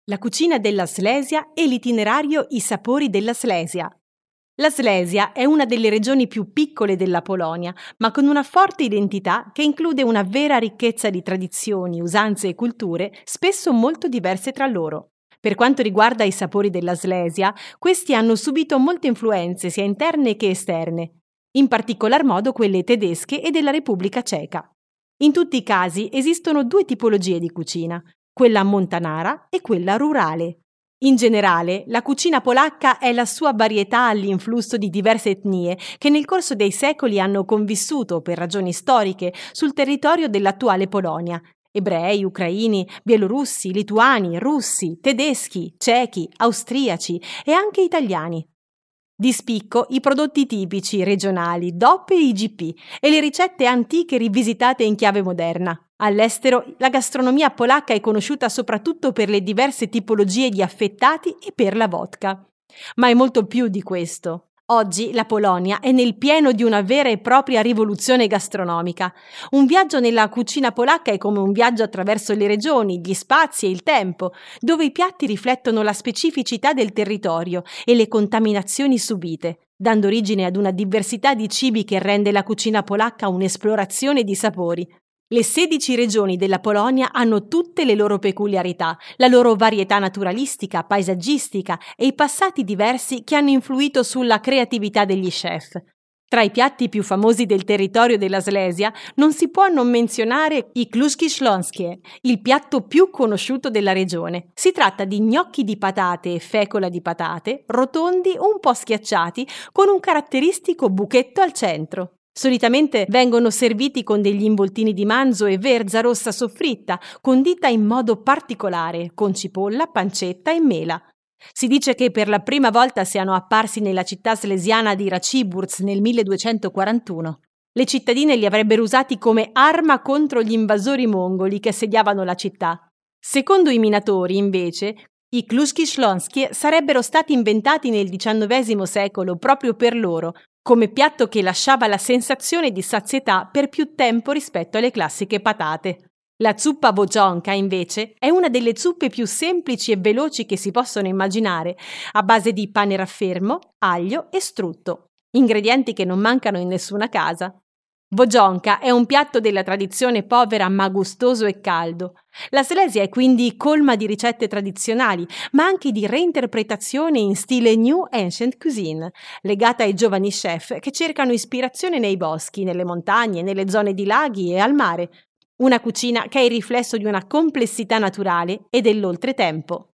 La cucina della Slesia e l'itinerario I sapori della Slesia. La Slesia è una delle regioni più piccole della Polonia, ma con una forte identità che include una vera ricchezza di tradizioni, usanze e culture, spesso molto diverse tra loro. Per quanto riguarda i sapori della Slesia, questi hanno subito molte influenze sia interne che esterne, in particolar modo quelle tedesche e della Repubblica Ceca. In tutti i casi esistono due tipologie di cucina, quella montanara e quella rurale. In generale, la cucina polacca è la sua varietà all'influsso di diverse etnie che nel corso dei secoli hanno convissuto, per ragioni storiche, sul territorio dell'attuale Polonia. Ebrei, ucraini, bielorussi, lituani, russi, tedeschi, cechi, austriaci e anche italiani. Di spicco i prodotti tipici regionali, DOP e IGP e le ricette antiche rivisitate in chiave moderna. All'estero la gastronomia polacca è conosciuta soprattutto per le diverse tipologie di affettati e per la vodka. Ma è molto più di questo. Oggi la Polonia è nel pieno di una vera e propria rivoluzione gastronomica. Un viaggio nella cucina polacca è come un viaggio attraverso le regioni, gli spazi e il tempo, dove i piatti riflettono la specificità del territorio e le contaminazioni subite, dando origine ad una diversità di cibi che rende la cucina polacca un'esplorazione di sapori. Le 16 regioni della Polonia hanno tutte le loro peculiarità, la loro varietà naturalistica, paesaggistica e i passati diversi che hanno influito sulla creatività degli chef. Tra i piatti più famosi del territorio della Slesia non si può non menzionare i kluski śląskie, il piatto più conosciuto della regione. Si tratta di gnocchi di patate e fecola di patate, rotondi un po' schiacciati, con un caratteristico buchetto al centro. Solitamente vengono serviti con degli involtini di manzo e verza rossa soffritta, condita in modo particolare, con cipolla, pancetta e mela. Si dice che per la prima volta siano apparsi nella città slesiana di Racibórz nel 1241. Le cittadine li avrebbero usati come arma contro gli invasori mongoli che assediavano la città. Secondo i minatori, invece, i kluski śląskie sarebbero stati inventati nel XIX secolo proprio per loro, come piatto che lasciava la sensazione di sazietà per più tempo rispetto alle classiche patate. La zuppa Bodzonka, invece, è una delle zuppe più semplici e veloci che si possono immaginare, a base di pane raffermo, aglio e strutto, ingredienti che non mancano in nessuna casa. Bodzonka è un piatto della tradizione povera ma gustoso e caldo. La Slesia è quindi colma di ricette tradizionali, ma anche di reinterpretazione in stile New Ancient Cuisine, legata ai giovani chef che cercano ispirazione nei boschi, nelle montagne, nelle zone di laghi e al mare. Una cucina che è il riflesso di una complessità naturale e dell'oltretempo.